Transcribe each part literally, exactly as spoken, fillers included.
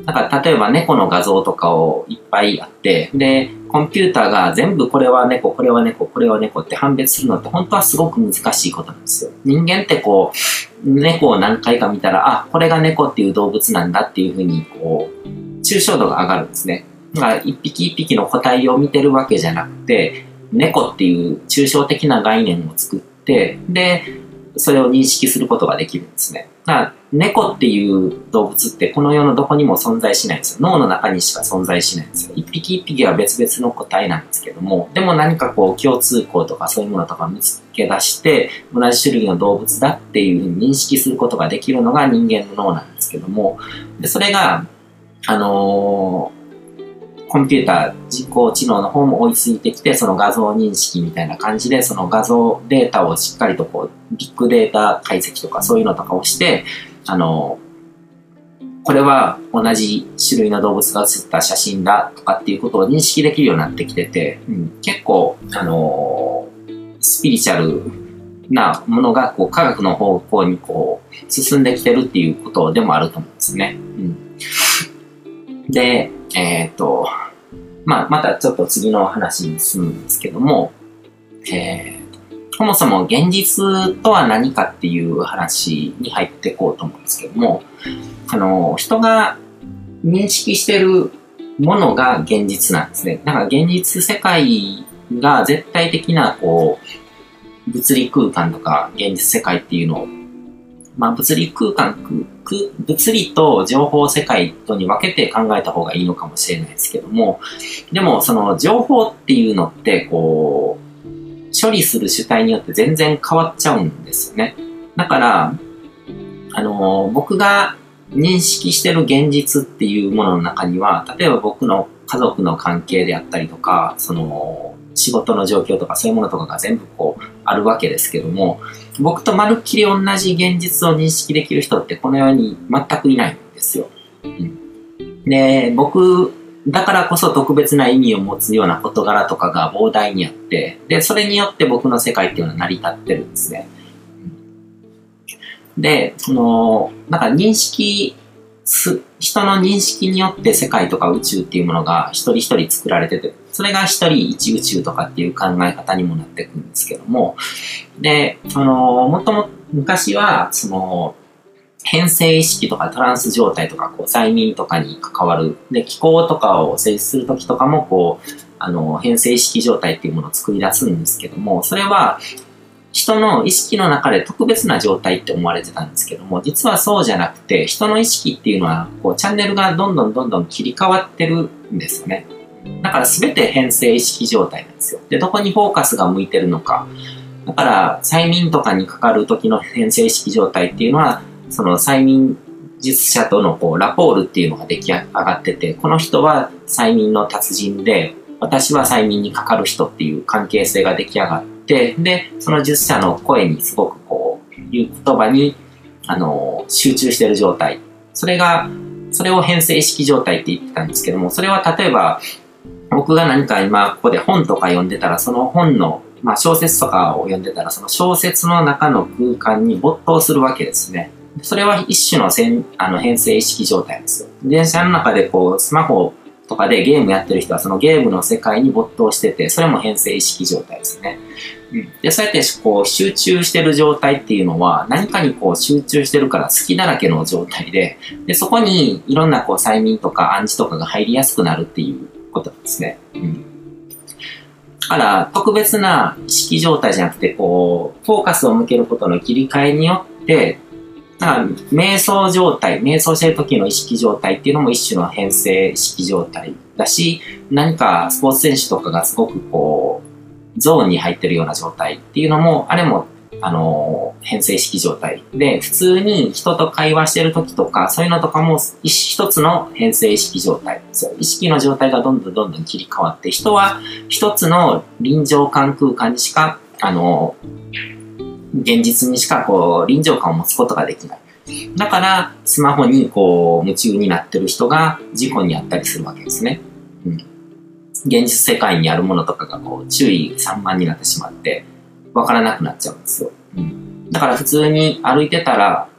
だから例えば猫の画像とかをいっぱいあって、で、コンピューターが全部これは猫、これは猫、これは猫って判別するのって本当はすごく難しいことなんですよ。人間ってこう、猫を何回か見たら、あ、これが猫っていう動物なんだっていうふうに、こう、抽象度が上がるんですね。だから一匹一匹の個体を見てるわけじゃなくて、猫っていう抽象的な概念を作って、で、それを認識することができるんですね。だから猫っていう動物ってこの世のどこにも存在しないんですよ。脳の中にしか存在しないんですよ。一匹一匹は別々の個体なんですけども、でも何かこう共通項とかそういうものとか見つけ出して、同じ種類の動物だっていうふうに認識することができるのが人間の脳なんですけども、でそれが、あのーコンピューター、人工知能の方も追いついてきて、その画像認識みたいな感じで、その画像データをしっかりとこう、ビッグデータ解析とかそういうのとかをして、あの、これは同じ種類の動物が写った写真だとかっていうことを認識できるようになってきてて、うん、結構、あの、スピリチュアルなものがこう科学の方向にこう、進んできてるっていうことでもあると思うんですね。うん、で、えっと、まあ、またちょっと次の話に進むんですけども、えー、そもそも現実とは何かっていう話に入っていこうと思うんですけども、あの、人が認識してるものが現実なんですね。だから現実世界が絶対的な、こう、物理空間とか現実世界っていうのを、まあ、物理空間、物理と情報世界とに分けて考えた方がいいのかもしれないですけども、でもその情報っていうのってこう、処理する主体によって全然変わっちゃうんですよね。だから、あの、僕が認識してる現実っていうものの中には、例えば僕の家族の関係であったりとか、その、仕事の状況とかそういうものとかが全部こうあるわけですけども、僕とまるっきり同じ現実を認識できる人ってこの世に全くいないんですよ。うん、で、僕だからこそ特別な意味を持つような事柄とかが膨大にあって、で、それによって僕の世界っていうのは成り立ってるんですね。うん、で、その、なんか認識す、人の認識によって世界とか宇宙っていうものが一人一人作られてて、それが一人一宇宙とかっていう考え方にもなっていくんですけども、で、あの、もともと昔は、その、変性意識とかトランス状態とか、こう、催眠とかに関わる、で、気候とかを制するときとかも、こう、あの、変性意識状態っていうものを作り出すんですけども、それは、人の意識の中で特別な状態って思われてたんですけども、実はそうじゃなくて、人の意識っていうのは、こう、チャンネルがどんどんどんどん切り替わってるんですよね。だから全て変性意識状態なんですよ。で、どこにフォーカスが向いてるのか。だから、催眠とかにかかる時の変性意識状態っていうのは、その催眠術者とのこうラポールっていうのが出来上がってて、この人は催眠の達人で、私は催眠にかかる人っていう関係性が出来上がって、で、その術者の声にすごくこう、いう言葉に、あの、集中している状態。それが、それを変性意識状態って言ってたんですけども、それは例えば、僕が何か今ここで本とか読んでたら、その本の、まあ小説とかを読んでたら、その小説の中の空間に没頭するわけですね。それは一種のせんあの変性意識状態なんですよ。電車の中でこう、スマホとかでゲームやってる人はそのゲームの世界に没頭してて、それも変性意識状態ですね。うん、で、そうやってこう集中してる状態っていうのは、何かにこう集中してるから好きだらけの状態で、で、そこにいろんなこう催眠とか暗示とかが入りやすくなるっていうことなんですね。うん。だから、特別な意識状態じゃなくて、こう、フォーカスを向けることの切り替えによって、だから瞑想状態、瞑想してる時の意識状態っていうのも一種の変性意識状態だし、何かスポーツ選手とかがすごくこう、ゾーンに入ってるような状態っていうのも、あれも、あの、変性意識状態で、普通に人と会話してる時とか、そういうのとかも一つの変性意識状態ですよ。意識の状態がどんどんどんどん切り替わって、人は一つの臨場感空間にしか、あの、現実にしかこう臨場感を持つことができない。だからスマホにこう夢中になってる人が事故に遭ったりするわけですね。うん、現実世界にあるものとかがこう注意散漫になってしまって分からなくなっちゃうんですよ。うん、だから普通に歩いてたら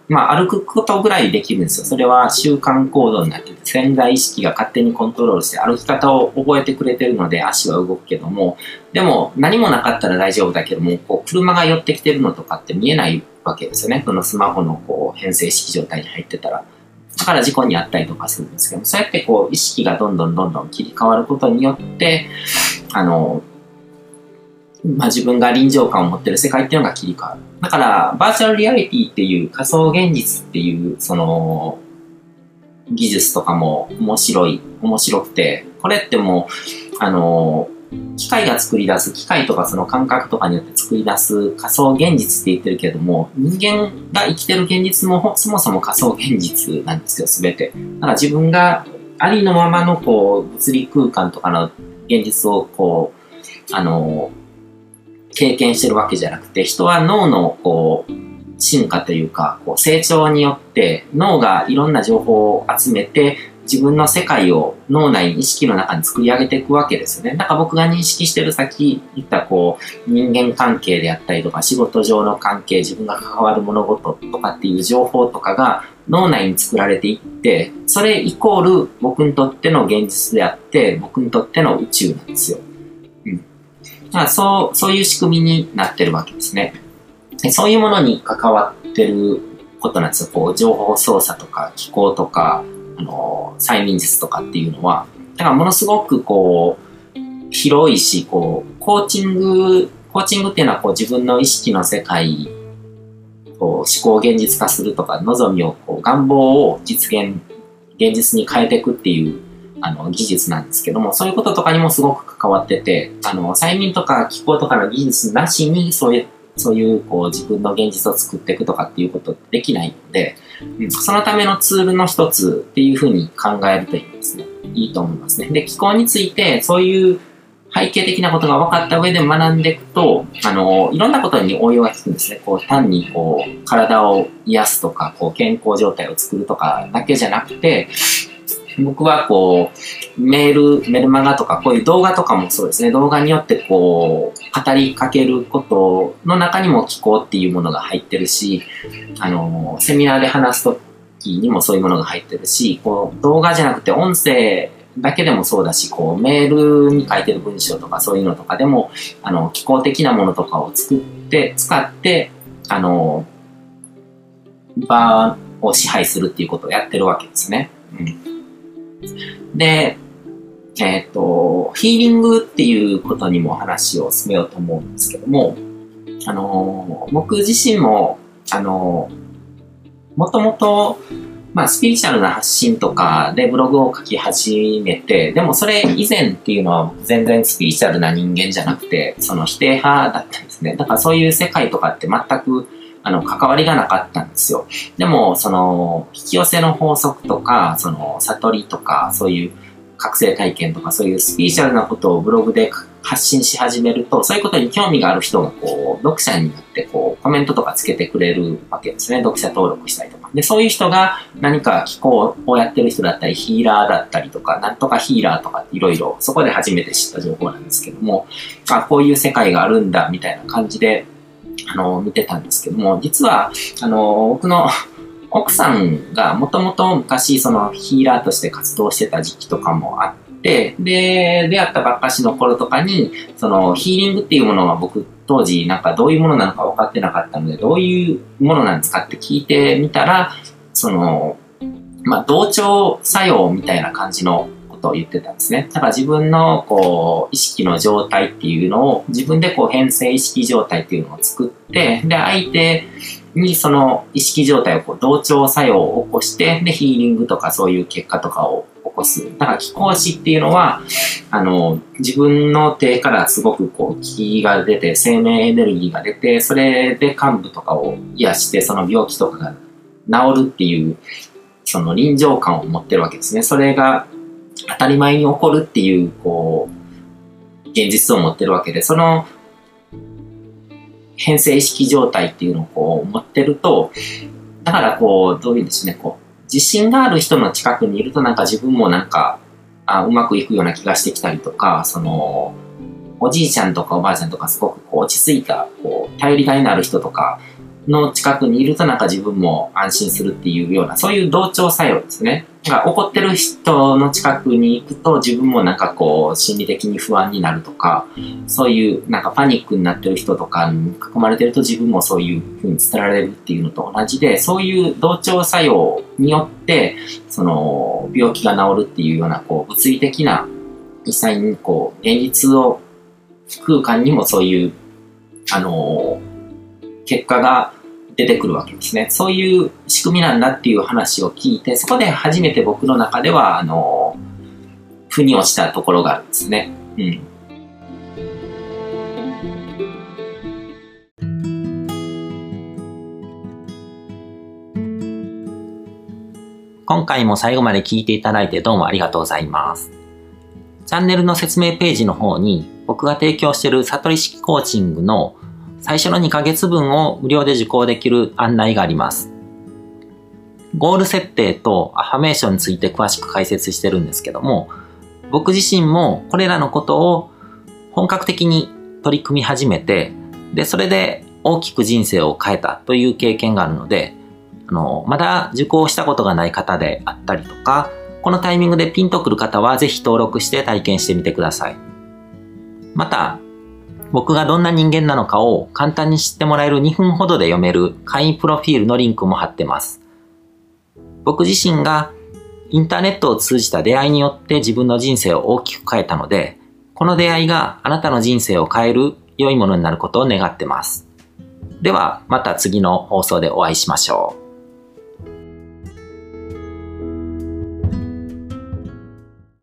まあ、歩くことぐらいできるんですよ。それは習慣行動になってて、潜在意識が勝手にコントロールして歩き方を覚えてくれてるので足は動くけども、でも何もなかったら大丈夫だけども、こう車が寄ってきてるのとかって見えないわけですよね。このスマホのこう変性意識状態に入ってたら。だから事故に遭ったりとかするんですけども、そうやってこう意識がどんどんどんどん切り替わることによって、あの、まあ、自分が臨場感を持ってる世界っていうのが切り替わる。だから、バーチャルリアリティっていう仮想現実っていう、その、技術とかも面白い、面白くて、これってもう、あの、機械が作り出す、機械とかその感覚とかによって作り出す仮想現実って言ってるけれども、人間が生きてる現実もそもそも仮想現実なんですよ、すべて。だから自分がありのままのこう、物理空間とかの現実をこう、あの、経験してるわけじゃなくて、人は脳のこう進化というかこう成長によって脳がいろんな情報を集めて自分の世界を脳内に意識の中に作り上げていくわけですよね。だから僕が認識してる先言ったこう人間関係であったりとか仕事上の関係、自分が関わる物事とかっていう情報とかが脳内に作られていって、それイコール僕にとっての現実であって僕にとっての宇宙なんですよ。まあ、そう、そういう仕組みになってるわけですね。でそういうものに関わってることなんですよ。こう、情報操作とか気候とか、あの、催眠術とかっていうのは。だからものすごくこう、広いし、こう、コーチング、コーチングっていうのはこう自分の意識の世界を思考を現実化するとか、望みを、こう願望を実現、現実に変えていくっていう、あの技術なんですけども、そういうこととかにもすごく関わってて、あの催眠とか気候とかの技術なしにそういうそういうこう自分の現実を作っていくとかっていうことできないので、うん、そのためのツールの一つっていうふうに考えるといいですね。いいと思いますね。で、気候についてそういう背景的なことが分かった上で学んでいくと、あのいろんなことに応用が効くんですね。こう単にこう体を癒すとか、こう健康状態を作るとかだけじゃなくて。僕はこう、メール、メルマガとか、こういう動画とかもそうですね。動画によってこう、語りかけることの中にも気候っていうものが入ってるし、あの、セミナーで話すときにもそういうものが入ってるし、こう、動画じゃなくて音声だけでもそうだし、こう、メールに書いてる文章とかそういうのとかでも、あの、気候的なものとかを作って、使って、あの、場を支配するっていうことをやってるわけですね。うんで、えっと、ヒーリングっていうことにも話を進めようと思うんですけども、あの、僕自身も、あの、もともと、まあ、スピリチュアルな発信とかでブログを書き始めて、でもそれ以前っていうのは全然スピリチュアルな人間じゃなくて、その否定派だったんですね。だからそういう世界とかって全くあの、関わりがなかったんですよ。でも、その、引き寄せの法則とか、その、悟りとか、そういう覚醒体験とか、そういうスピリチュアルなことをブログで発信し始めると、そういうことに興味がある人が、こう、読者になって、こう、コメントとかつけてくれるわけですね。読者登録したりとか。で、そういう人が何か気候をやってる人だったり、ヒーラーだったりとか、なんとかヒーラーとかいろいろ、そこで初めて知った情報なんですけども、あ、こういう世界があるんだ、みたいな感じで、あの、見てたんですけども、実は、あの、僕の奥さんがもともと昔、そのヒーラーとして活動してた時期とかもあって、で、出会ったばっかしの頃とかに、そのヒーリングっていうものは僕当時なんかどういうものなのか分かってなかったので、どういうものなんですかって聞いてみたら、その、まあ、同調作用みたいな感じのことを言ってたんですね。だから自分のこう意識の状態っていうのを自分でこう変性意識状態っていうのを作って、で相手にその意識状態をこう同調作用を起こして、でヒーリングとかそういう結果とかを起こす。だから気候師っていうのはあの自分の手からすごくこう気が出て生命エネルギーが出て、それで患部とかを癒してその病気とかが治るっていうその臨場感を持ってるわけですね。それが当たり前に起こるっていう、こう、現実を持ってるわけで、その変性意識状態っていうのをこう持ってると、だからこう、どういうんですね、こう、自信がある人の近くにいるとなんか自分もなんか、あ、うまくいくような気がしてきたりとか、その、おじいちゃんとかおばあちゃんとかすごくこう落ち着いた、こう、頼りがいのある人とかの近くにいるとなんか自分も安心するっていうような、そういう同調作用ですね。が怒ってる人の近くに行くと自分もなんかこう心理的に不安になるとか、そういうなんかパニックになってる人とかに囲まれてると自分もそういう風に伝えられるっていうのと同じで、そういう同調作用によってその病気が治るっていうようなこう物理的な実際にこう現実を空間にもそういうあの結果が出てくるわけですね。そういう仕組みなんだっていう話を聞いて、そこで初めて僕の中ではあの腑に落ちたところがあるんですね。うん。今回も最後まで聞いていただいてどうもありがとうございます。チャンネルの説明ページの方に僕が提供している悟り式コーチングの最初のにかげつぶんを無料で受講できる案内があります。ゴール設定とアファメーションについて詳しく解説してるんですけども、僕自身もこれらのことを本格的に取り組み始めて、で、それで大きく人生を変えたという経験があるので、あの、まだ受講したことがない方であったりとか、このタイミングでピンとくる方はぜひ登録して体験してみてください。また、僕がどんな人間なのかを簡単に知ってもらえるにふんほどで読める会員プロフィールのリンクも貼ってます。僕自身がインターネットを通じた出会いによって自分の人生を大きく変えたので、この出会いがあなたの人生を変える良いものになることを願ってます。ではまた次の放送でお会いしましょう。